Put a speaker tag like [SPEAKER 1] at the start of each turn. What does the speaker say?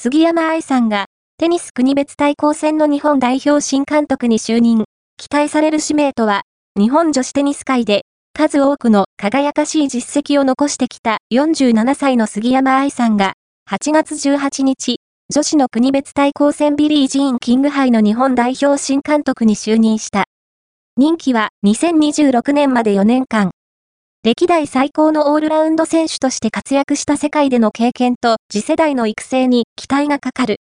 [SPEAKER 1] 杉山愛さんが、テニス国別対抗戦の日本代表新監督に就任。期待される使命とは、日本女子テニス界で、数多くの輝かしい実績を残してきた47歳の杉山愛さんが、8月18日、女子の国別対抗戦ビリー・ジーン・キング杯の日本代表新監督に就任した。任期は2026年まで4年間。歴代最高のオールラウンド選手として活躍した世界での経験と次世代の育成に期待がかかる。